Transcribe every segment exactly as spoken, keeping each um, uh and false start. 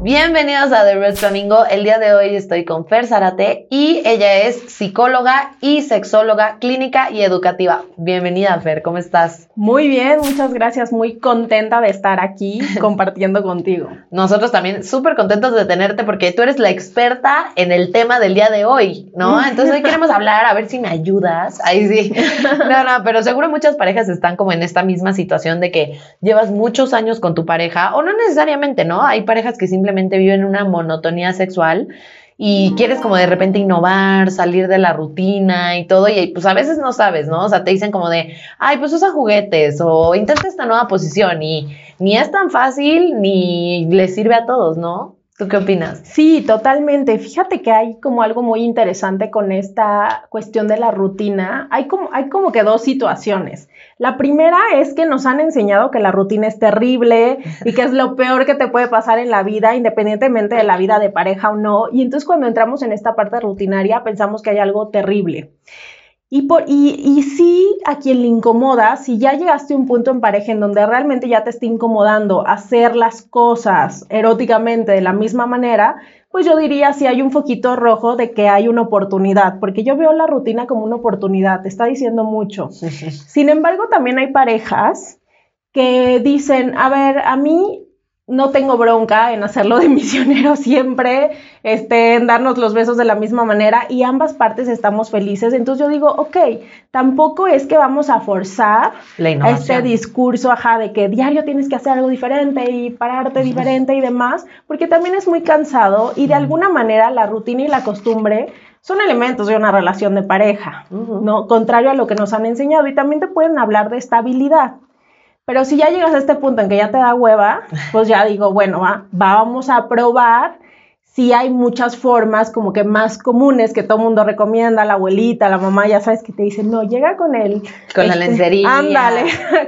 Bienvenidos a The Red Flamingo. El día de hoy estoy con Fer Zárate y ella es psicóloga y sexóloga clínica y educativa. Bienvenida, Fer, ¿cómo estás? Muy bien, muchas gracias. Muy contenta de estar aquí compartiendo contigo. Nosotros también súper contentos de tenerte porque tú eres la experta en el tema del día de hoy, ¿no? Entonces hoy queremos hablar, a ver si me ayudas. Ahí sí. No, no, pero seguro muchas parejas están como en esta misma situación de que llevas muchos años con tu pareja, o no necesariamente, ¿no? Hay parejas que simplemente viven una monotonía sexual y quieres como de repente innovar, salir de la rutina y todo, y pues a veces no sabes, ¿no? O sea, te dicen como de, ay, pues usa juguetes o intenta esta nueva posición y ni es tan fácil ni les sirve a todos, ¿no? ¿Tú qué opinas? Sí, totalmente. Fíjate que hay como algo muy interesante con esta cuestión de la rutina. Hay como, hay como que dos situaciones. La primera es que nos han enseñado que la rutina es terrible y que es lo peor que te puede pasar en la vida, independientemente de la vida de pareja o no. Y entonces cuando entramos en esta parte rutinaria pensamos que hay algo terrible. Y, por, y, y sí, a quien le incomoda, si ya llegaste a un punto en pareja en donde realmente ya te está incomodando hacer las cosas eróticamente de la misma manera, pues yo diría si hay un foquito rojo de que hay una oportunidad, porque yo veo la rutina como una oportunidad, te está diciendo mucho. Sin embargo, también hay parejas que dicen, a ver, a mí no tengo bronca en hacerlo de misionero siempre, este, en darnos los besos de la misma manera y ambas partes estamos felices. Entonces yo digo, ok, tampoco es que vamos a forzar este discurso, ajá, de que diario tienes que hacer algo diferente y pararte uh-huh. diferente y demás, porque también es muy cansado y de uh-huh. alguna manera la rutina y la costumbre son elementos de una relación de pareja, uh-huh. ¿no? Contrario a lo que nos han enseñado, y también te pueden hablar de estabilidad. Pero si ya llegas a este punto en que ya te da hueva, pues ya digo, bueno, va, vamos a probar si hay muchas formas como que más comunes que todo el mundo recomienda, la abuelita, la mamá, ya sabes que te dicen, no, llega con el... Con este, la lencería, ándale.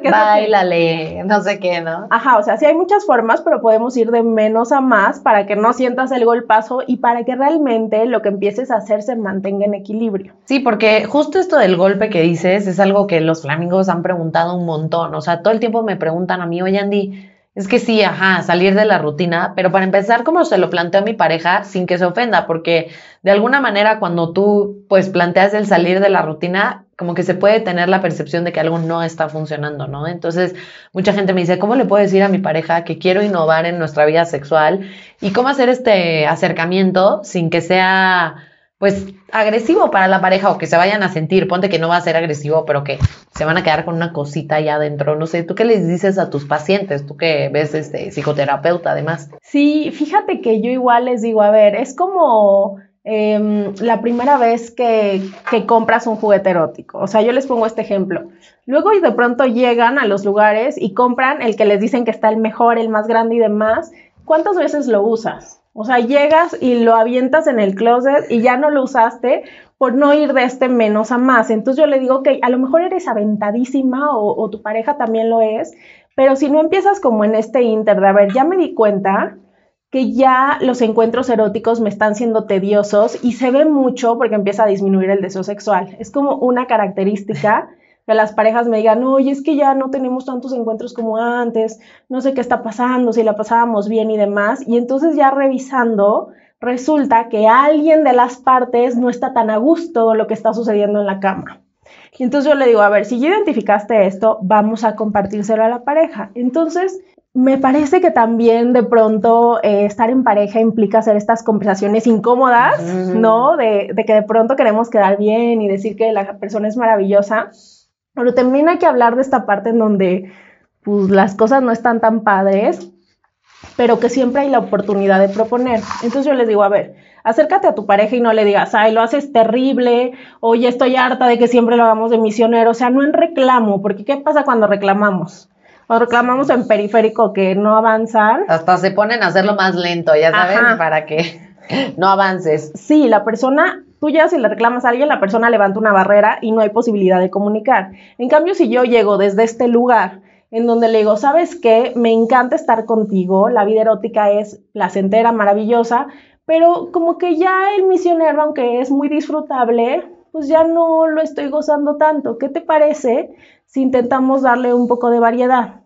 Báilale, no sé qué, ¿no? Ajá, o sea, sí hay muchas formas, pero podemos ir de menos a más para que no sientas el golpazo y para que realmente lo que empieces a hacer se mantenga en equilibrio. Sí, porque justo esto del golpe que dices es algo que los flamingos han preguntado un montón. O sea, todo el tiempo me preguntan a mí, oye, Andy, es que sí, ajá, salir de la rutina, pero para empezar, como se lo planteo a mi pareja, sin que se ofenda, porque de alguna manera cuando tú, pues, planteas el salir de la rutina, como que se puede tener la percepción de que algo no está funcionando, ¿no? Entonces, mucha gente me dice, ¿cómo le puedo decir a mi pareja que quiero innovar en nuestra vida sexual? Y cómo hacer este acercamiento sin que sea, pues, agresivo para la pareja o que se vayan a sentir, ponte que no va a ser agresivo, pero que se van a quedar con una cosita allá adentro. No sé, ¿tú qué les dices a tus pacientes? Tú que ves este psicoterapeuta, además. Sí, fíjate que yo igual les digo, a ver, es como eh, la primera vez que, que compras un juguete erótico. O sea, yo les pongo este ejemplo. Luego y de pronto llegan a los lugares y compran el que les dicen que está el mejor, el más grande y demás. ¿Cuántas veces lo usas? O sea, llegas y lo avientas en el closet y ya no lo usaste por no ir de este menos a más. Entonces yo le digo, ok, a lo mejor eres aventadísima o, o tu pareja también lo es, pero si no empiezas como en este inter de, a ver, ya me di cuenta que ya los encuentros eróticos me están siendo tediosos y se ve mucho porque empieza a disminuir el deseo sexual. Es como una característica que las parejas me digan, oye, es que ya no tenemos tantos encuentros como antes, no sé qué está pasando, si la pasábamos bien y demás. Y entonces ya revisando, resulta que alguien de las partes no está tan a gusto lo que está sucediendo en la cama. Y entonces yo le digo, a ver, si ya identificaste esto, vamos a compartírselo a la pareja. Entonces, me parece que también de pronto eh, estar en pareja implica hacer estas conversaciones incómodas, uh-huh. ¿no? De, de que de pronto queremos quedar bien y decir que la persona es maravillosa. Pero también hay que hablar de esta parte en donde pues, las cosas no están tan padres, pero que siempre hay la oportunidad de proponer. Entonces yo les digo, a ver, acércate a tu pareja y no le digas, ay, lo haces terrible, oye, estoy harta de que siempre lo hagamos de misionero. O sea, no en reclamo, porque ¿qué pasa cuando reclamamos? Cuando reclamamos en periférico que no avanzan. Hasta se ponen a hacerlo más lento, ya sabes, ajá. para que no avances. Sí, la persona... Tú ya si le reclamas a alguien, la persona levanta una barrera y no hay posibilidad de comunicar. En cambio, si yo llego desde este lugar en donde le digo, ¿sabes qué? Me encanta estar contigo, la vida erótica es placentera, maravillosa, pero como que ya el misionero, aunque es muy disfrutable, pues ya no lo estoy gozando tanto. ¿Qué te parece si intentamos darle un poco de variedad?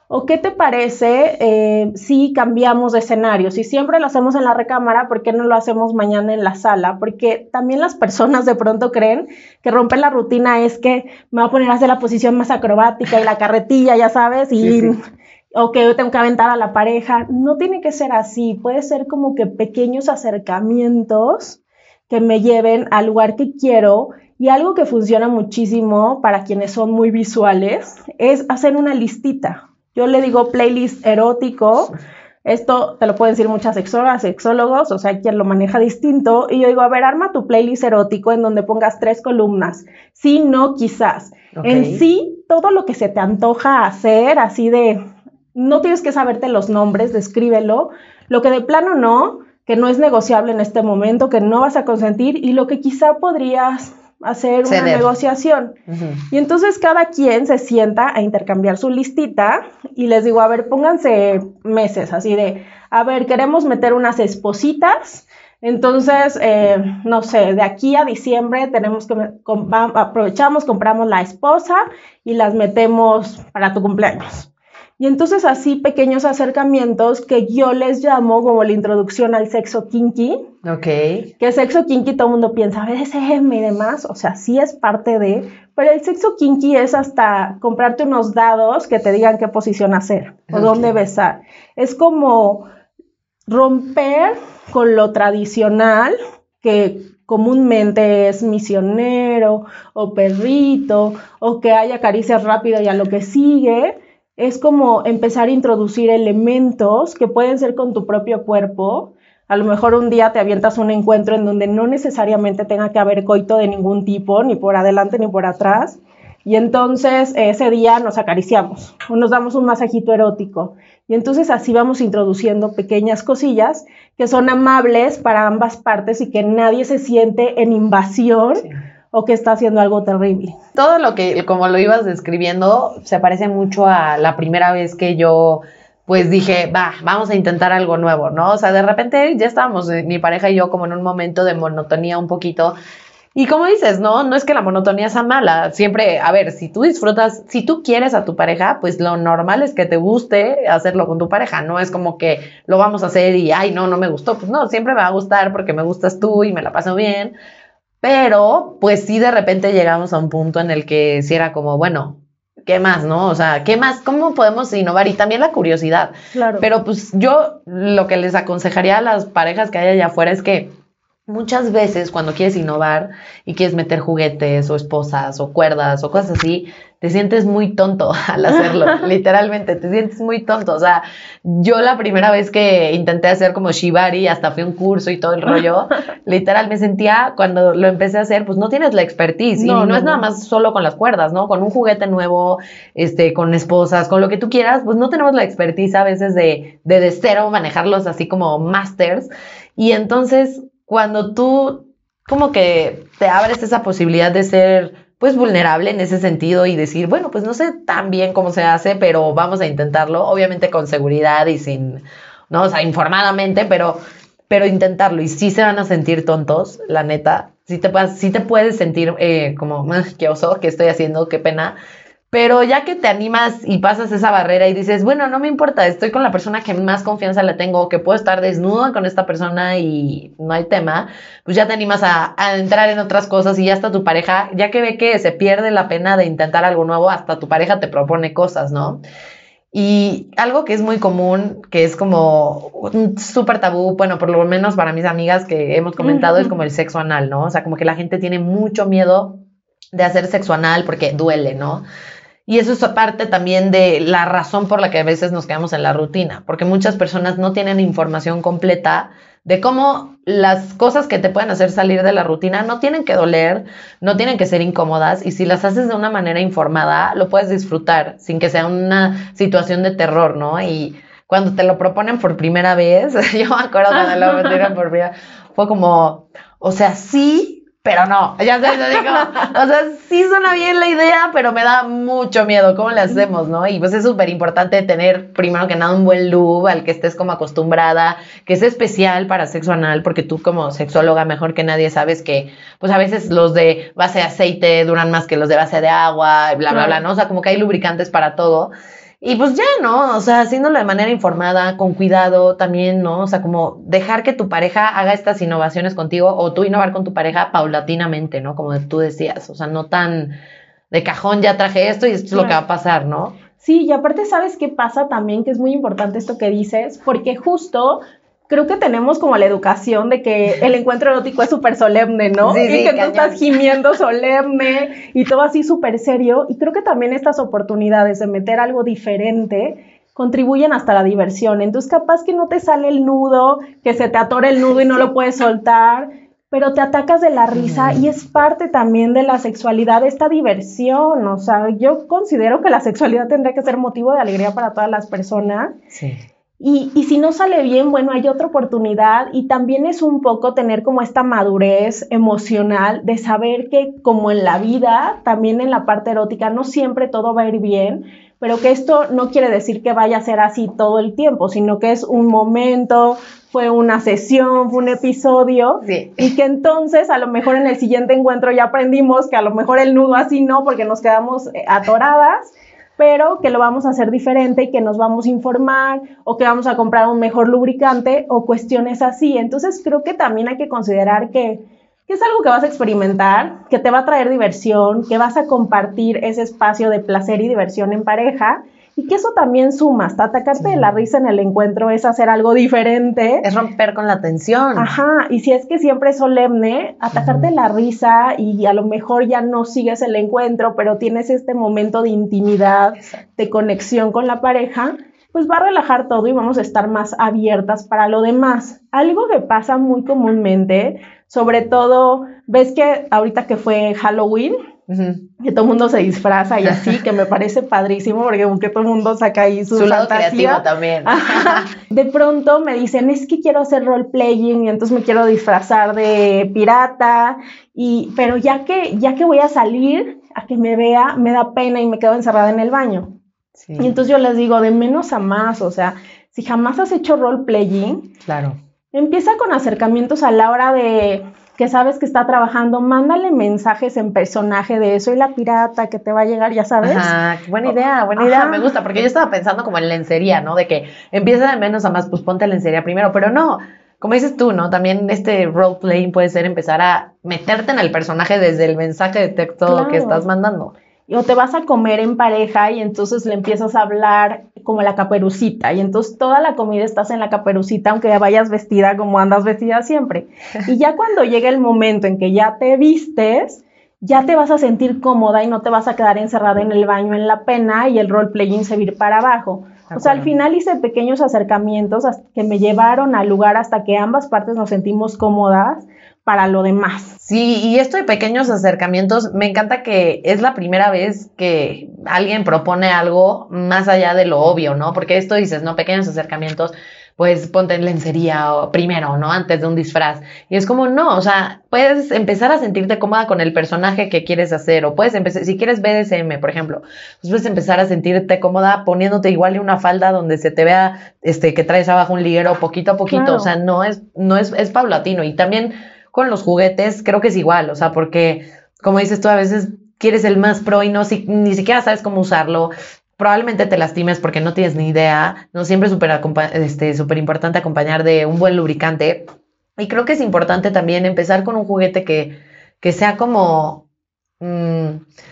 ¿O qué te parece eh, si cambiamos de escenario? Si siempre lo hacemos en la recámara, ¿por qué no lo hacemos mañana en la sala? Porque también las personas de pronto creen que romper la rutina es que me voy a poner a hacer la posición más acrobática y la carretilla, ya sabes, y... Sí, sí. O que tengo que aventar a la pareja. No tiene que ser así. Puede ser como que pequeños acercamientos que me lleven al lugar que quiero. Y algo que funciona muchísimo para quienes son muy visuales es hacer una listita. Yo le digo playlist erótico. Esto te lo pueden decir muchas sexólogas, sexólogos, o sea, quien lo maneja distinto. Y yo digo, a ver, arma tu playlist erótico en donde pongas tres columnas. Sí, no, quizás. Okay. En sí, todo lo que se te antoja hacer, así de... No tienes que saberte los nombres, descríbelo. Lo que de plano no, que no es negociable en este momento, que no vas a consentir y lo que quizá podrías hacer una Ceder. negociación. Uh-huh. Y entonces cada quien se sienta a intercambiar su listita y les digo, a ver, pónganse meses así de, a ver, queremos meter unas espositas. Entonces, eh, no sé, de aquí a diciembre tenemos que, com- aprovechamos, compramos la esposa y las metemos para tu cumpleaños. Y entonces así pequeños acercamientos que yo les llamo como la introducción al sexo kinky. Ok. Que sexo kinky todo el mundo piensa, B D S M y demás, o sea, sí es parte de, pero el sexo kinky es hasta comprarte unos dados que te digan qué posición hacer o okay. dónde besar. Es como romper con lo tradicional que comúnmente es misionero o perrito o que haya caricias rápidas y a lo que sigue. Es como empezar a introducir elementos que pueden ser con tu propio cuerpo. A lo mejor un día te avientas un encuentro en donde no necesariamente tenga que haber coito de ningún tipo, ni por adelante ni por atrás. Y entonces ese día nos acariciamos o nos damos un masajito erótico. Y entonces así vamos introduciendo pequeñas cosillas que son amables para ambas partes y que nadie se siente en invasión. Sí. O que está haciendo algo terrible. Todo lo que, como lo ibas describiendo, se parece mucho a la primera vez que yo, pues dije, va, vamos a intentar algo nuevo, ¿no? O sea, de repente ya estábamos, mi pareja y yo, como en un momento de monotonía un poquito. Y como dices, ¿no? No es que la monotonía sea mala. Siempre, a ver, si tú disfrutas, si tú quieres a tu pareja, pues lo normal es que te guste hacerlo con tu pareja. No es como que lo vamos a hacer y, ay, no, no me gustó. Pues no, siempre me va a gustar porque me gustas tú y me la paso bien. Pero, pues sí, de repente llegamos a un punto en el que sí era como, bueno, ¿qué más, no? O sea, ¿qué más? ¿Cómo podemos innovar? Y también la curiosidad. Claro. Pero, pues, yo lo que les aconsejaría a las parejas que hay allá afuera es que muchas veces cuando quieres innovar y quieres meter juguetes o esposas o cuerdas o cosas así, te sientes muy tonto al hacerlo, literalmente, te sientes muy tonto. O sea, yo la primera vez que intenté hacer como shibari, hasta fui a un curso y todo el rollo, literal me sentía, cuando lo empecé a hacer, pues no tienes la expertise. No, y no, no es nada más solo con las cuerdas, ¿no? Con un juguete nuevo, este, con esposas, con lo que tú quieras, pues no tenemos la expertise a veces de, de, de cero manejarlos así como masters. Y entonces, cuando tú como que te abres esa posibilidad de ser pues vulnerable en ese sentido y decir, bueno, pues no sé tan bien cómo se hace, pero vamos a intentarlo, obviamente con seguridad y sin, no, o sea, informadamente, pero, pero intentarlo. Y sí se van a sentir tontos, la neta, sí te, sí te puedes sentir eh, como, qué oso, qué estoy haciendo, qué pena. Pero ya que te animas y pasas esa barrera y dices, bueno, no me importa, estoy con la persona que más confianza le tengo, que puedo estar desnuda con esta persona y no hay tema, pues ya te animas a, a entrar en otras cosas y ya hasta tu pareja, ya que ve que se pierde la pena de intentar algo nuevo, hasta tu pareja te propone cosas, ¿no? Y algo que es muy común, que es como un súper tabú, bueno, por lo menos para mis amigas que hemos comentado, uh-huh. es como el sexo anal, ¿no? O sea, como que la gente tiene mucho miedo de hacer sexo anal porque duele, ¿no? Y eso es aparte también de la razón por la que a veces nos quedamos en la rutina, porque muchas personas no tienen información completa de cómo las cosas que te pueden hacer salir de la rutina no tienen que doler, no tienen que ser incómodas, y si las haces de una manera informada, lo puedes disfrutar sin que sea una situación de terror, ¿no? Y cuando te lo proponen por primera vez, yo me acuerdo cuando lo proponen por primera vez, fue como, o sea, sí, pero no, ya sabes, así como, o sea, sí suena bien la idea, pero me da mucho miedo, ¿cómo le hacemos, no? Y pues es súper importante tener, primero que nada, un buen lube al que estés como acostumbrada, que es especial para sexo anal, porque tú como sexóloga mejor que nadie sabes que, pues a veces los de base de aceite duran más que los de base de agua, bla, bla, bla, ¿no? O sea, como que hay lubricantes para todo. Y pues ya, ¿no? O sea, haciéndolo de manera informada, con cuidado también, ¿no? O sea, como dejar que tu pareja haga estas innovaciones contigo o tú innovar con tu pareja paulatinamente, ¿no? Como tú decías, o sea, no tan de cajón, ya traje esto y esto es lo que va a pasar, ¿no? Sí, y aparte, ¿sabes qué pasa también? Que es muy importante esto que dices, porque justo creo que tenemos como la educación de que el encuentro erótico es súper solemne, ¿no? Sí, y sí, que cañón. tú estás gimiendo solemne y todo así súper serio. Y creo que también estas oportunidades de meter algo diferente contribuyen hasta la diversión. Entonces, capaz que no te sale el nudo, que se te atora el nudo y no lo puedes soltar, pero te atacas de la risa y es parte también de la sexualidad, esta diversión. O sea, yo considero que la sexualidad tendría que ser motivo de alegría para todas las personas. Sí. Y, y si no sale bien, bueno, hay otra oportunidad y también es un poco tener como esta madurez emocional de saber que como en la vida, también en la parte erótica, no siempre todo va a ir bien, pero que esto no quiere decir que vaya a ser así todo el tiempo, sino que es un momento, fue una sesión, fue un episodio, sí. y que entonces a lo mejor en el siguiente encuentro ya aprendimos que a lo mejor el nudo así no, porque nos quedamos atoradas, pero que lo vamos a hacer diferente y que nos vamos a informar o que vamos a comprar un mejor lubricante o cuestiones así. Entonces creo que también hay que considerar que, que es algo que vas a experimentar, que te va a traer diversión, que vas a compartir ese espacio de placer y diversión en pareja y que eso también suma, hasta atacarte sí. de la risa en el encuentro es hacer algo diferente. Es romper con la tensión. Ajá, y si es que siempre es solemne, atacarte uh-huh. la risa y a lo mejor ya no sigues el encuentro, pero tienes este momento de intimidad, Exacto. de conexión con la pareja, pues va a relajar todo y vamos a estar más abiertas para lo demás. Algo que pasa muy comúnmente, sobre todo, ves que ahorita que fue Halloween, Uh-huh. que todo el mundo se disfraza y así, que me parece padrísimo porque aunque todo el mundo saca ahí su, su lado fantasía, creativo también. Ajá. De pronto me dicen, es que quiero hacer role-playing y entonces me quiero disfrazar de pirata, y, pero ya que, ya que voy a salir a que me vea, me da pena y me quedo encerrada en el baño. Sí. Y entonces yo les digo, de menos a más, o sea, si jamás has hecho role-playing, claro. empieza con acercamientos a la hora de... que sabes que está trabajando, mándale mensajes en personaje de soy la pirata que te va a llegar, ya sabes. Ajá, buena idea, buena Ajá. idea, me gusta, porque yo estaba pensando como en lencería, ¿no? De que empieza de menos a más, pues ponte lencería primero, pero no, como dices tú, ¿no? También este role-playing puede ser empezar a meterte en el personaje desde el mensaje de texto claro. que estás mandando. O te vas a comer en pareja y entonces le empiezas a hablar como la Caperucita y entonces toda la comida estás en la Caperucita aunque vayas vestida como andas vestida siempre. Y ya cuando llega el momento en que ya te vistes, ya te vas a sentir cómoda y no te vas a quedar encerrada en el baño en la pena y el role-playing se va a ir para abajo. O sea, al final hice pequeños acercamientos que me llevaron al lugar hasta que ambas partes nos sentimos cómodas para lo demás. Sí, y esto de pequeños acercamientos, me encanta que es la primera vez que alguien propone algo más allá de lo obvio, ¿no? Porque esto dices, ¿no? Pequeños acercamientos, pues ponte en lencería o primero, ¿no? Antes de un disfraz. Y es como, no, o sea, puedes empezar a sentirte cómoda con el personaje que quieres hacer o puedes empezar, si quieres B D S M, por ejemplo, pues puedes empezar a sentirte cómoda poniéndote igual una falda donde se te vea este, que traes abajo un liguero poquito a poquito, claro. O sea, no es, no es, es paulatino. Y también con los juguetes creo que es igual, o sea, porque como dices tú, a veces quieres el más pro y no si, ni siquiera sabes cómo usarlo, probablemente te lastimes porque no tienes ni idea, no siempre es súper este, súper importante acompañar de un buen lubricante, y creo que es importante también empezar con un juguete que, que sea como mmm,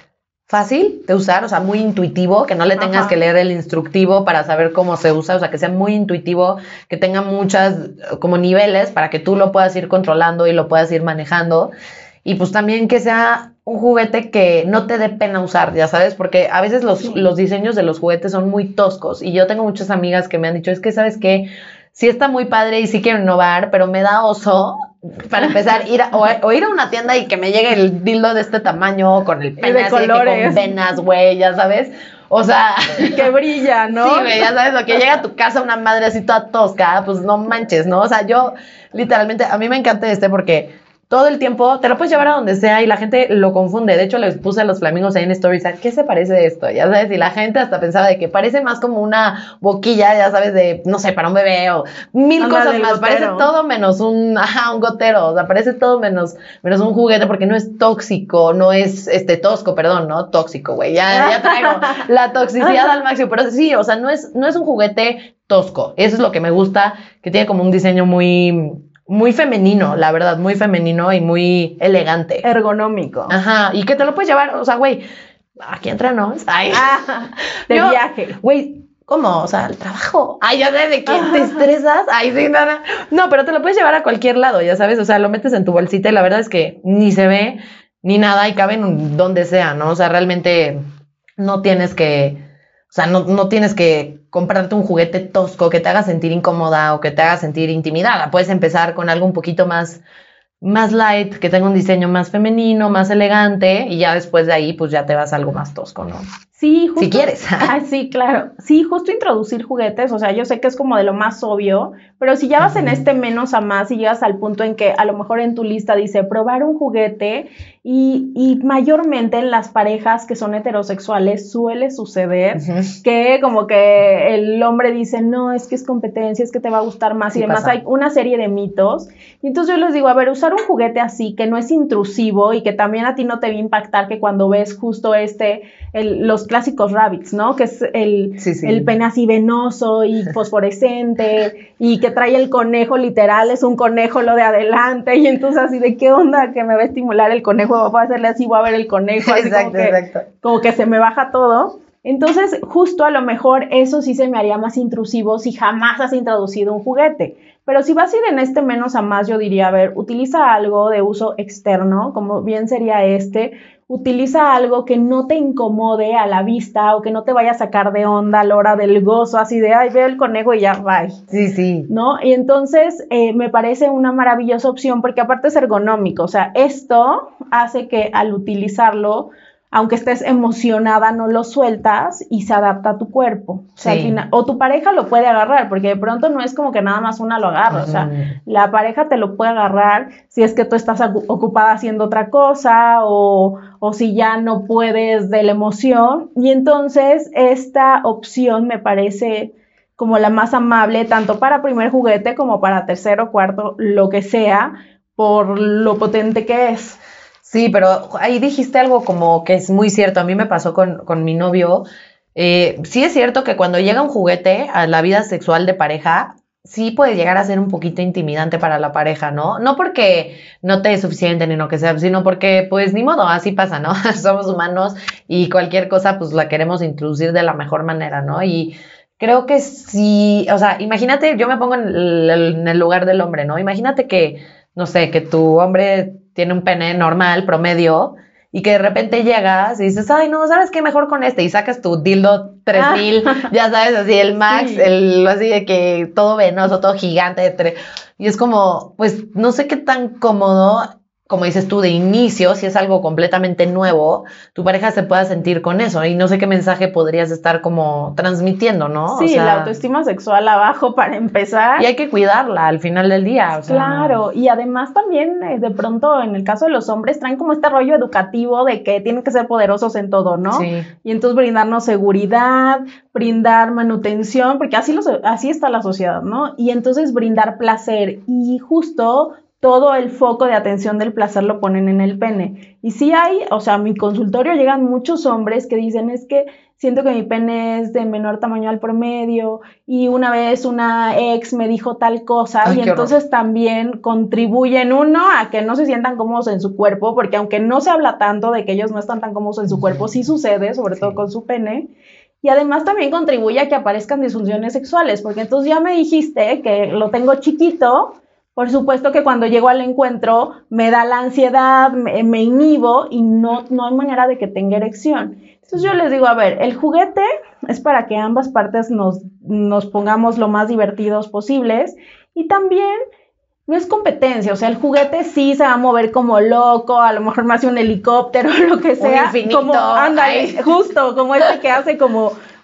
fácil de usar, o sea, muy intuitivo, que no le tengas Ajá. que leer el instructivo para saber cómo se usa, o sea, que sea muy intuitivo, que tenga muchas como niveles para que tú lo puedas ir controlando y lo puedas ir manejando, y pues también que sea un juguete que no te dé pena usar, ya sabes, porque a veces los, sí. los diseños de los juguetes son muy toscos, y yo tengo muchas amigas que me han dicho, es que, ¿sabes qué? Sí está muy padre y sí quiero innovar, pero me da oso para empezar ir a, o, o ir a una tienda y que me llegue el dildo de este tamaño con el pene así de que con venas, güey, ya sabes. O sea, que brilla, ¿no? Sí, güey, ya sabes, o que llega a tu casa una madre así toda tosca, pues no manches, ¿no? O sea, yo literalmente, a mí me encanta este porque todo el tiempo, te lo puedes llevar a donde sea y la gente lo confunde. De hecho, les puse a los flamingos ahí en stories, ¿qué se parece de esto? Ya sabes, y la gente hasta pensaba de que parece más como una boquilla, ya sabes, de, no sé, para un bebé o mil Anda cosas más. Gotero. Parece todo menos un, ajá, un gotero, o sea, parece todo menos, menos un juguete porque no es tóxico, no es, este, tosco, perdón, ¿no? Tóxico, güey, ya, ya traigo la toxicidad al máximo, pero sí, o sea, no es, no es un juguete tosco. Eso es lo que me gusta, que tiene como un diseño muy... muy femenino, la verdad, muy femenino y muy elegante. Ergonómico. Ajá, y que te lo puedes llevar, o sea, güey, aquí entramos. Ay, ah, de yo, viaje. Güey, ¿cómo? O sea, el trabajo. Ay, ya sé de qué te estresas. Ay, sí, nada. No, pero te lo puedes llevar a cualquier lado, ya sabes, o sea, lo metes en tu bolsita y la verdad es que ni se ve ni nada y cabe en donde sea, ¿no? O sea, realmente no tienes que, o sea, no, no tienes que comprarte un juguete tosco que te haga sentir incómoda o que te haga sentir intimidada. Puedes empezar con algo un poquito más, más light, que tenga un diseño más femenino, más elegante, y ya después de ahí, pues ya te vas a algo más tosco, ¿no? Sí, justo. Si quieres. Ah, sí, claro. Sí, justo introducir juguetes, o sea, yo sé que es como de lo más obvio, pero si ya vas uh-huh. en este menos a más y llegas al punto en que a lo mejor en tu lista dice probar un juguete y, y mayormente en las parejas que son heterosexuales suele suceder uh-huh. que como que el hombre dice, no, es que es competencia, es que te va a gustar más sí y demás. Pasa. Hay una serie de mitos. Y entonces yo les digo, a ver, usar un juguete así que no es intrusivo y que también a ti no te va a impactar que cuando ves justo este, el, los clásicos rabbits, ¿no? Que es el, sí, sí. el pene así venoso y fosforescente y que trae el conejo literal, es un conejo lo de adelante y entonces así de qué onda que me va a estimular el conejo, voy a hacerle así, voy a ver el conejo, así exacto, como, que, exacto. como que se me baja todo. Entonces justo a lo mejor eso sí se me haría más intrusivo si jamás has introducido un juguete. Pero si vas a ir en este menos a más, yo diría, a ver, utiliza algo de uso externo, como bien sería este, utiliza algo que no te incomode a la vista o que no te vaya a sacar de onda a la hora del gozo, así de, ay, veo el conejo y ya, bye. Sí, sí. ¿No? Y entonces eh, me parece una maravillosa opción porque aparte es ergonómico, o sea, esto hace que al utilizarlo, aunque estés emocionada, no lo sueltas y se adapta a tu cuerpo. O sea, sí. al final, o tu pareja lo puede agarrar, porque de pronto no es como que nada más una lo agarra. Uh-huh. O sea, la pareja te lo puede agarrar si es que tú estás ocupada haciendo otra cosa o, o si ya no puedes de la emoción. Y entonces esta opción me parece como la más amable, tanto para primer juguete como para tercero, cuarto, lo que sea, por lo potente que es. Sí, pero ahí dijiste algo como que es muy cierto. A mí me pasó con, con mi novio. Eh, sí es cierto que cuando llega un juguete a la vida sexual de pareja, sí puede llegar a ser un poquito intimidante para la pareja, ¿no? No porque no te es suficiente ni lo que sea, sino porque, pues, ni modo, así pasa, ¿no? Somos humanos y cualquier cosa, pues, la queremos introducir de la mejor manera, ¿no? Y creo que sí, o sea, imagínate, yo me pongo en el, en el lugar del hombre, ¿no? Imagínate que, no sé, que tu hombre tiene un pene normal, promedio, y que de repente llegas y dices, ay, no, ¿sabes qué? Mejor con este, y sacas tu dildo tres mil, ah. ya sabes, así, el max, sí. el así de que todo venoso, todo gigante, de tre- y es como, pues, no sé qué tan cómodo, como dices tú, de inicio, si es algo completamente nuevo, tu pareja se pueda sentir con eso, y no sé qué mensaje podrías estar como transmitiendo, ¿no? Sí, o sea, la autoestima sexual abajo para empezar. Y hay que cuidarla al final del día. O sea, claro, y además también eh, de pronto en el caso de los hombres traen como este rollo educativo de que tienen que ser poderosos en todo, ¿no? Sí. Y entonces brindarnos seguridad, brindar manutención, porque así, los, así está la sociedad, ¿no? Y entonces brindar placer y justo todo el foco de atención del placer lo ponen en el pene. Y sí hay, o sea, a mi consultorio llegan muchos hombres que dicen, es que siento que mi pene es de menor tamaño al promedio, y una vez una ex me dijo tal cosa, Ay, y entonces horror. También contribuyen, uno, a que no se sientan cómodos en su cuerpo, porque aunque no se habla tanto de que ellos no están tan cómodos en su cuerpo, sí sucede, sobre sí. todo con su pene. Y además también contribuye a que aparezcan disfunciones sexuales, porque entonces ya me dijiste que lo tengo chiquito. Por supuesto que cuando llego al encuentro me da la ansiedad, me, me inhibo y no, no hay manera de que tenga erección. Entonces yo les digo, a ver, el juguete es para que ambas partes nos, nos pongamos lo más divertidos posibles y también no es competencia, o sea, el juguete sí se va a mover como loco, a lo mejor más de un helicóptero o lo que sea. Un infinito. Como, ándale, justo, como este que hace como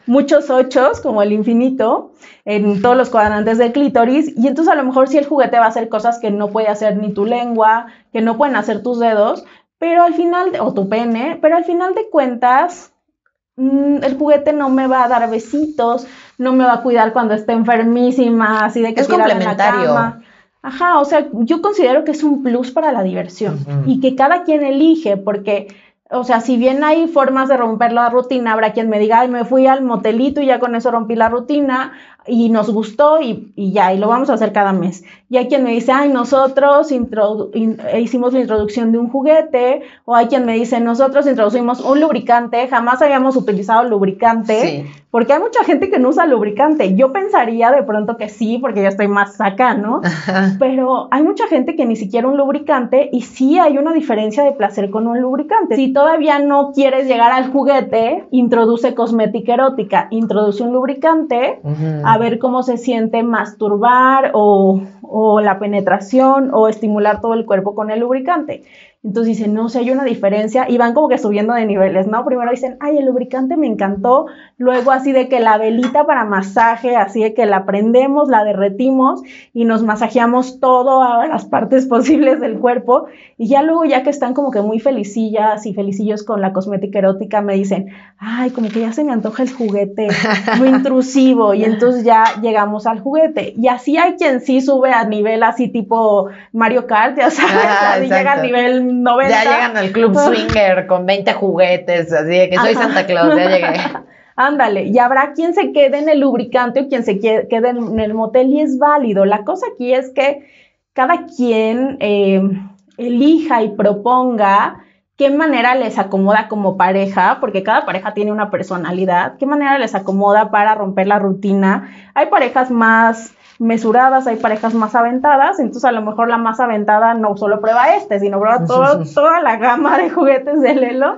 muchos ochos, como el infinito, en todos los cuadrantes del clítoris, y entonces a lo mejor sí el juguete va a hacer cosas que no puede hacer ni tu lengua, que no pueden hacer tus dedos, pero al final, o tu pene, pero al final de cuentas, mmm, el juguete no me va a dar besitos, no me va a cuidar cuando esté enfermísima, así de que es complementario. En la cama. Ajá, o sea, yo considero que es un plus para la diversión, uh-huh. y que cada quien elige, porque, o sea, si bien hay formas de romper la rutina, habrá quien me diga, ay, me fui al motelito y ya con eso rompí la rutina y nos gustó y, y ya, y lo vamos a hacer cada mes. Y hay quien me dice, ay, nosotros introdu- in- hicimos la introducción de un juguete, o hay quien me dice, nosotros introducimos un lubricante, jamás habíamos utilizado lubricante, sí. Porque hay mucha gente que no usa lubricante. Yo pensaría de pronto que sí, porque yo estoy más acá, ¿no? Ajá. Pero hay mucha gente que ni siquiera un lubricante, y sí hay una diferencia de placer con un lubricante. Si todavía no quieres llegar al juguete, introduce cosmética erótica, introduce un lubricante, uh-huh. a ver cómo se siente masturbar o, o la penetración o estimular todo el cuerpo con el lubricante. Entonces dicen, no, o sea, hay una diferencia, y van como que subiendo de niveles, ¿no? Primero dicen, ay, el lubricante me encantó, luego así de que la velita para masaje, así de que la prendemos, la derretimos y nos masajeamos todo a las partes posibles del cuerpo, y ya luego, ya que están como que muy felicillas y felicillos con la cosmética erótica, me dicen, ay, como que ya se me antoja el juguete, muy intrusivo, y entonces ya llegamos al juguete. Y así hay quien sí sube a nivel así tipo Mario Kart, ya sabes, ah, así llega a nivel noventa. Ya llegan al club swinger con veinte juguetes, así de que soy Ajá. Santa Claus, ya llegué. Ándale, y habrá quien se quede en el lubricante o quien se quede en el motel, y es válido. La cosa aquí es que cada quien eh, elija y proponga qué manera les acomoda como pareja, porque cada pareja tiene una personalidad, qué manera les acomoda para romper la rutina. Hay parejas más mesuradas, hay parejas más aventadas, entonces a lo mejor la más aventada no solo prueba este, sino prueba todo, toda la gama de juguetes de Lelo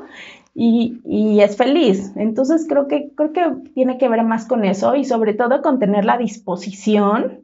y, y es feliz. Entonces creo que, creo que tiene que ver más con eso, y sobre todo con tener la disposición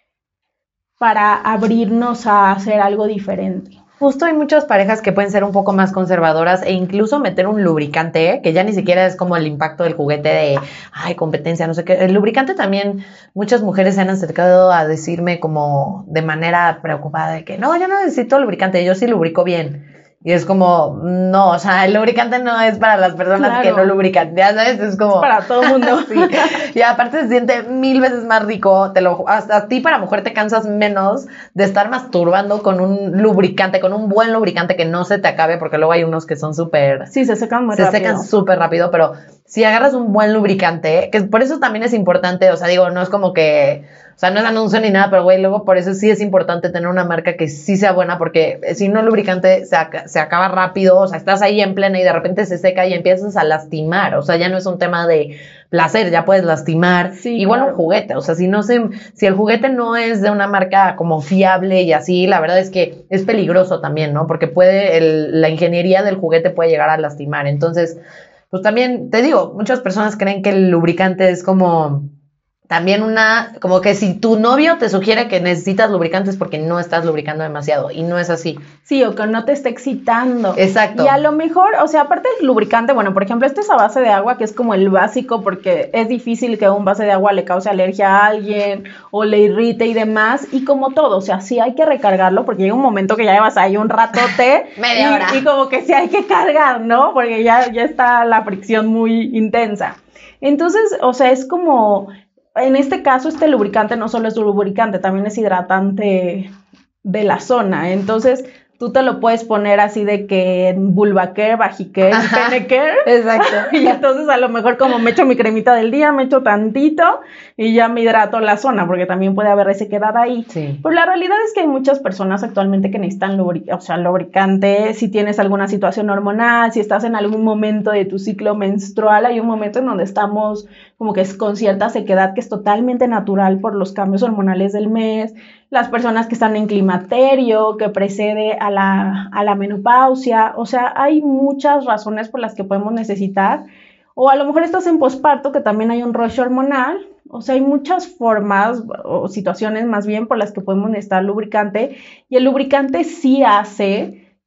para abrirnos a hacer algo diferente. Justo hay muchas parejas que pueden ser un poco más conservadoras e incluso meter un lubricante, que ya ni siquiera es como el impacto del juguete de, ay, competencia, no sé qué. El lubricante también, muchas mujeres se han acercado a decirme como de manera preocupada de que, no, yo no necesito lubricante, yo sí lubrico bien. Y es como, no, o sea, el lubricante no es para las personas claro. que no lubrican, ya sabes, es como... Es para todo el mundo. Sí. Y aparte se siente mil veces más rico, te lo, hasta a ti para mujer te cansas menos de estar masturbando con un lubricante, con un buen lubricante que no se te acabe, porque luego hay unos que son súper... Sí, se secan muy se rápido. Se secan súper rápido, pero si agarras un buen lubricante, que por eso también es importante, o sea, digo, no es como que... O sea, no es anuncio ni nada, pero güey, luego por eso sí es importante tener una marca que sí sea buena, porque si no el lubricante se, ac- se acaba rápido, o sea, estás ahí en plena y de repente se seca y empiezas a lastimar, o sea, ya no es un tema de placer, ya puedes lastimar. Sí, igual claro. Un juguete, o sea, si no se, si el juguete no es de una marca como fiable y así, la verdad es que es peligroso también, ¿no? Porque puede, el, la ingeniería del juguete puede llegar a lastimar. Entonces, pues también, te digo, muchas personas creen que el lubricante es como... También una, como que si tu novio te sugiere que necesitas lubricantes porque no estás lubricando demasiado, y no es así. Sí, o que no te esté excitando. Exacto. Y a lo mejor, o sea, aparte del lubricante, bueno, por ejemplo, este es a base de agua, que es como el básico, porque es difícil que un base de agua le cause alergia a alguien, o le irrite y demás, y como todo, o sea, sí hay que recargarlo, porque llega un momento que ya llevas ahí un ratote. Media y, hora. Y como que sí hay que cargar, ¿no? Porque ya, ya está la fricción muy intensa. Entonces, o sea, es como... En este caso, este lubricante no solo es lubricante, también es hidratante de la zona. Entonces, tú te lo puedes poner así de que en vulvacare, vagicare, penecare. Exacto. Y entonces, a lo mejor, como me echo mi cremita del día, me echo tantito y ya me hidrato la zona, porque también puede haber resequedad ahí. Sí. Pero la realidad es que hay muchas personas actualmente que necesitan lubric- o sea, lubricante. Si tienes alguna situación hormonal, si estás en algún momento de tu ciclo menstrual, hay un momento en donde estamos como que es con cierta sequedad, que es totalmente natural por los cambios hormonales del mes. Las personas que están en climaterio, que precede a la, a la menopausia, o sea, hay muchas razones por las que podemos necesitar, o a lo mejor estás en posparto, que también hay un rush hormonal, o sea, hay muchas formas o situaciones más bien por las que podemos necesitar lubricante, y el lubricante sí hace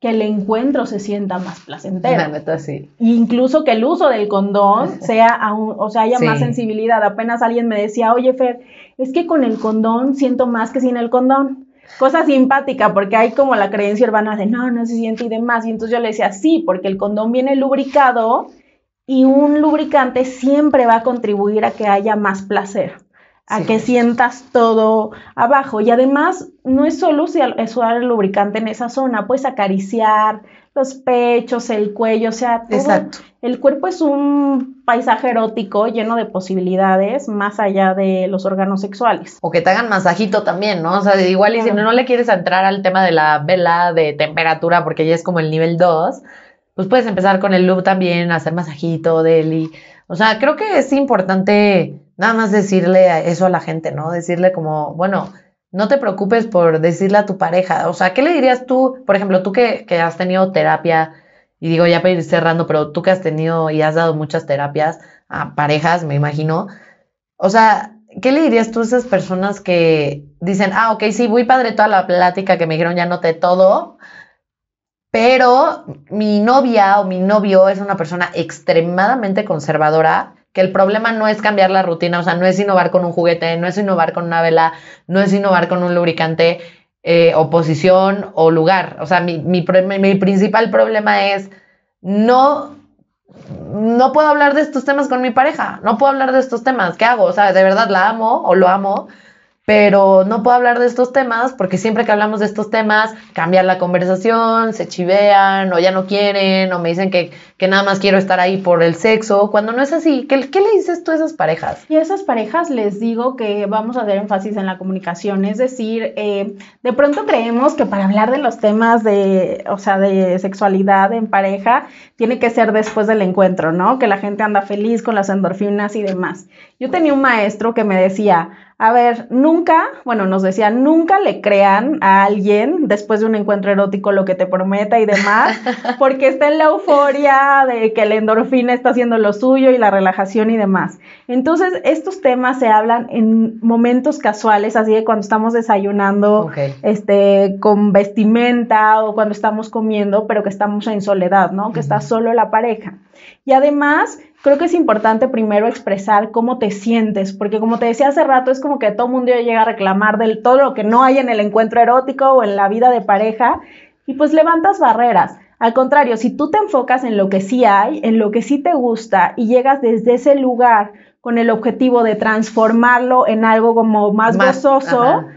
que el encuentro se sienta más placentero. La neta, sí. E incluso que el uso del condón sea aún, o sea, haya sí. más sensibilidad. Apenas alguien me decía, oye, Fer, es que con el condón siento más que sin el condón. Cosa simpática, porque hay como la creencia urbana de no, no se siente y demás. Y entonces yo le decía, sí, porque el condón viene lubricado y un lubricante siempre va a contribuir a que haya más placer, a sí. que sientas todo abajo. Y además, no es solo usar el lubricante en esa zona, puedes acariciar los pechos, el cuello, o sea, todo. Exacto. El cuerpo es un paisaje erótico lleno de posibilidades más allá de los órganos sexuales. O que te hagan masajito también, ¿no? O sea, igual claro. y si no, no le quieres entrar al tema de la vela de temperatura porque ya es como el nivel dos, pues puedes empezar con el lube también, hacer masajito, deli. O sea, creo que es importante nada más decirle eso a la gente, ¿no? Decirle como, bueno, no te preocupes por decirle a tu pareja. O sea, ¿qué le dirías tú? Por ejemplo, tú que, que has tenido terapia, y digo ya para ir cerrando, pero tú que has tenido y has dado muchas terapias a parejas, me imagino. O sea, ¿qué le dirías tú a esas personas que dicen, ah, ok, sí, muy padre toda la plática que me dijeron, ya noté todo, pero mi novia o mi novio es una persona extremadamente conservadora, que el problema no es cambiar la rutina, o sea, no es innovar con un juguete, no es innovar con una vela, no es innovar con un lubricante, eh, o posición o lugar. O sea, mi, mi, mi principal problema es no, no puedo hablar de estos temas con mi pareja, no puedo hablar de estos temas, ¿qué hago? O sea, de verdad la amo o lo amo, pero no puedo hablar de estos temas porque siempre que hablamos de estos temas cambia la conversación, se chivean o ya no quieren o me dicen que, que nada más quiero estar ahí por el sexo, cuando no es así. ¿Qué, qué le dices tú a esas parejas? Y a esas parejas les digo que vamos a hacer énfasis en la comunicación, es decir, eh, de pronto creemos que para hablar de los temas de, o sea, de sexualidad en pareja tiene que ser después del encuentro, ¿no? Que la gente anda feliz con las endorfinas y demás. Yo tenía un maestro que me decía, a ver, nunca, bueno, nos decía, nunca le crean a alguien después de un encuentro erótico lo que te prometa y demás, porque está en la euforia de que la endorfina está haciendo lo suyo y la relajación y demás. Entonces, estos temas se hablan en momentos casuales, así de cuando estamos desayunando, okay. este, con vestimenta o cuando estamos comiendo, pero que estamos en soledad, ¿no? Que uh-huh. está solo la pareja. Y además, creo que es importante primero expresar cómo te sientes, porque como te decía hace rato, es como que todo el mundo llega a reclamar de todo lo que no hay en el encuentro erótico o en la vida de pareja, y pues levantas barreras. Al contrario, si tú te enfocas en lo que sí hay, en lo que sí te gusta, y llegas desde ese lugar con el objetivo de transformarlo en algo como más, más gozoso, ajá.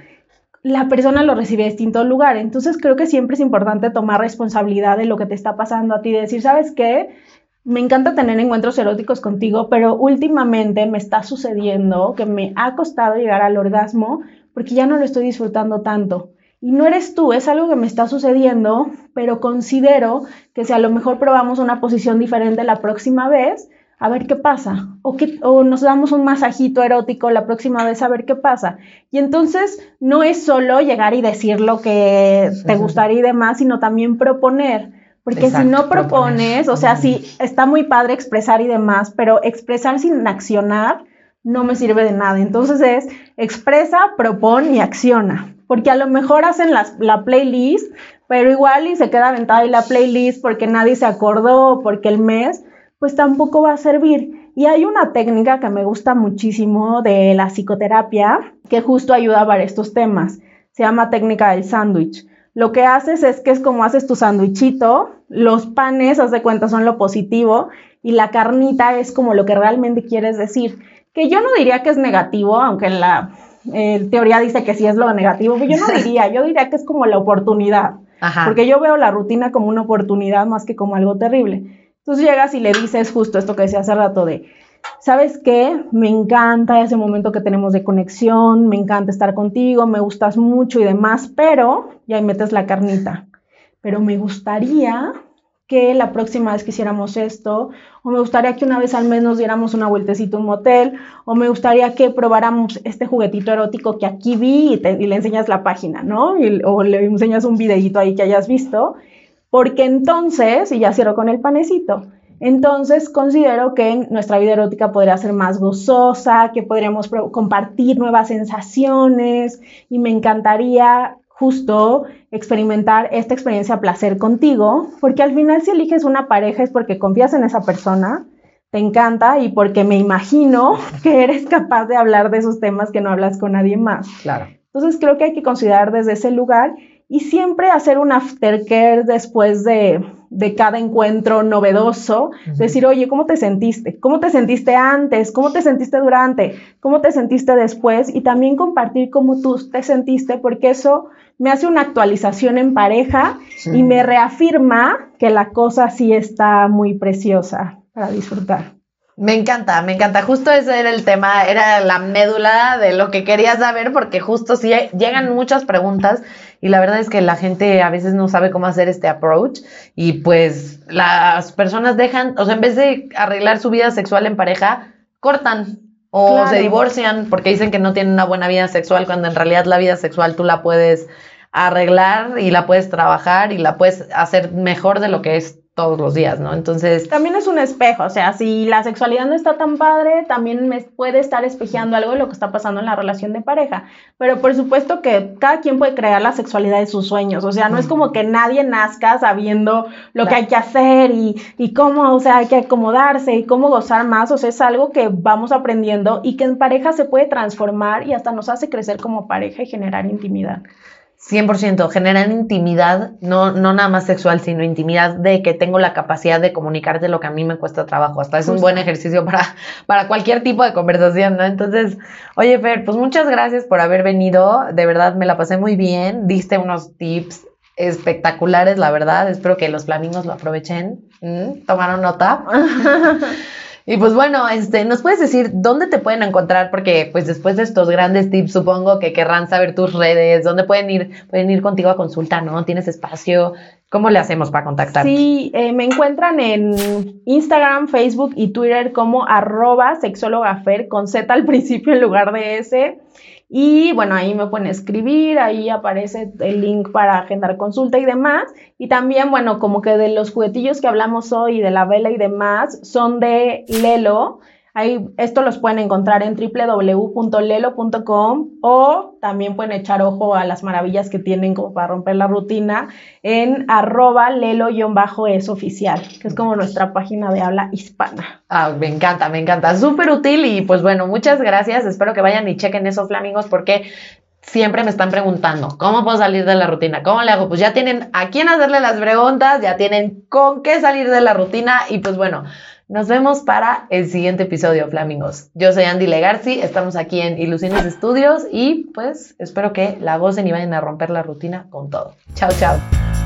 la persona lo recibe de distinto lugar. Entonces creo que siempre es importante tomar responsabilidad de lo que te está pasando a ti, de decir, ¿sabes qué? Me encanta tener encuentros eróticos contigo, pero últimamente me está sucediendo que me ha costado llegar al orgasmo porque ya no lo estoy disfrutando tanto. Y no eres tú, es algo que me está sucediendo, pero considero que si a lo mejor probamos una posición diferente la próxima vez, a ver qué pasa. O, que, o nos damos un masajito erótico la próxima vez a ver qué pasa. Y entonces no es solo llegar y decir lo que te gustaría y demás, sino también proponer. Porque exacto, si no propones, proponer. O sea, sí, está muy padre expresar y demás, pero expresar sin accionar no me sirve de nada. Entonces es expresa, propon y acciona. Porque a lo mejor hacen las, la playlist, pero igual y se queda aventada ahí la playlist porque nadie se acordó, porque el mes, pues tampoco va a servir. Y hay una técnica que me gusta muchísimo de la psicoterapia que justo ayuda para estos temas. Se llama técnica del sándwich. Lo que haces es que es como haces tu sándwichito, los panes, haz de cuenta, son lo positivo y la carnita es como lo que realmente quieres decir. Que yo no diría que es negativo, aunque la eh, teoría dice que sí es lo negativo, pero yo no diría, yo diría que es como la oportunidad. Ajá. Porque yo veo la rutina como una oportunidad más que como algo terrible. Entonces llegas y le dices justo esto que decía hace rato de, ¿sabes qué? Me encanta ese momento que tenemos de conexión, me encanta estar contigo, me gustas mucho y demás, pero, y ahí metes la carnita, pero me gustaría que la próxima vez que hiciéramos esto, o me gustaría que una vez al mes nos diéramos una vueltecita a un motel, o me gustaría que probáramos este juguetito erótico que aquí vi y, te, y le enseñas la página, ¿no? Y, o le enseñas un videíto ahí que hayas visto, porque entonces, y ya cierro con el panecito, entonces considero que nuestra vida erótica podría ser más gozosa, que podríamos compartir nuevas sensaciones y me encantaría justo experimentar esta experiencia de placer contigo, porque al final si eliges una pareja es porque confías en esa persona, te encanta y porque me imagino que eres capaz de hablar de esos temas que no hablas con nadie más. Claro. Entonces creo que hay que considerar desde ese lugar y siempre hacer un aftercare después de, de cada encuentro novedoso, uh-huh. Decir, oye, ¿cómo te sentiste? ¿Cómo te sentiste antes? ¿Cómo te sentiste durante? ¿Cómo te sentiste después? Y también compartir cómo tú te sentiste, porque eso me hace una actualización en pareja, sí. Y me reafirma que la cosa sí está muy preciosa para disfrutar. Me encanta, me encanta. Justo ese era el tema, era la médula de lo que quería saber, porque justo sí llegan muchas preguntas y la verdad es que la gente a veces no sabe cómo hacer este approach y pues las personas dejan, o sea, en vez de arreglar su vida sexual en pareja, cortan o claro. Se divorcian porque dicen que no tienen una buena vida sexual, cuando en realidad la vida sexual tú la puedes arreglar y la puedes trabajar y la puedes hacer mejor de lo que es todos los días, ¿no? Entonces... También es un espejo, o sea, si la sexualidad no está tan padre, también me puede estar espejeando algo de lo que está pasando en la relación de pareja, pero por supuesto que cada quien puede crear la sexualidad de sus sueños, o sea, no mm. es como que nadie nazca sabiendo lo claro. que hay que hacer y, y cómo, o sea, hay que acomodarse y cómo gozar más, o sea, es algo que vamos aprendiendo y que en pareja se puede transformar y hasta nos hace crecer como pareja y generar intimidad. cien por ciento, generan intimidad, no, no nada más sexual, sino intimidad de que tengo la capacidad de comunicarte lo que a mí me cuesta trabajo. Hasta es Justo. Un buen ejercicio para, para cualquier tipo de conversación, ¿no? Entonces, oye, Fer, pues muchas gracias por haber venido. De verdad, me la pasé muy bien. Diste unos tips espectaculares, la verdad. Espero que los flamingos lo aprovechen. ¿Mm? ¿Tomaron nota? Y pues bueno, este, ¿nos puedes decir dónde te pueden encontrar? Porque pues después de estos grandes tips supongo que querrán saber tus redes, dónde pueden ir, pueden ir contigo a consulta, ¿no? ¿Tienes espacio? ¿Cómo le hacemos para contactarte? Sí, eh, me encuentran en Instagram, Facebook y Twitter como arroba sexólogafer con Z al principio en lugar de S. Y bueno, ahí me pueden escribir, ahí aparece el link para agendar consulta y demás. Y también, bueno, como que de los juguetillos que hablamos hoy, de la vela y demás, son de Lelo. Ahí, esto los pueden encontrar en doble u doble u doble u punto lelo punto com o también pueden echar ojo a las maravillas que tienen como para romper la rutina en arroba lelo-es oficial, que es como nuestra página de habla hispana. Ah, me encanta, me encanta, súper útil y pues bueno, muchas gracias, espero que vayan y chequen eso, flamingos, porque siempre me están preguntando, ¿cómo puedo salir de la rutina? ¿Cómo le hago? Pues ya tienen a quién hacerle las preguntas, ya tienen con qué salir de la rutina y pues bueno, nos vemos para el siguiente episodio, flamingos. Yo soy Andy Legarci, estamos aquí en Ilusiones Estudios y pues espero que la gocen y vayan a romper la rutina con todo. Chao, chao.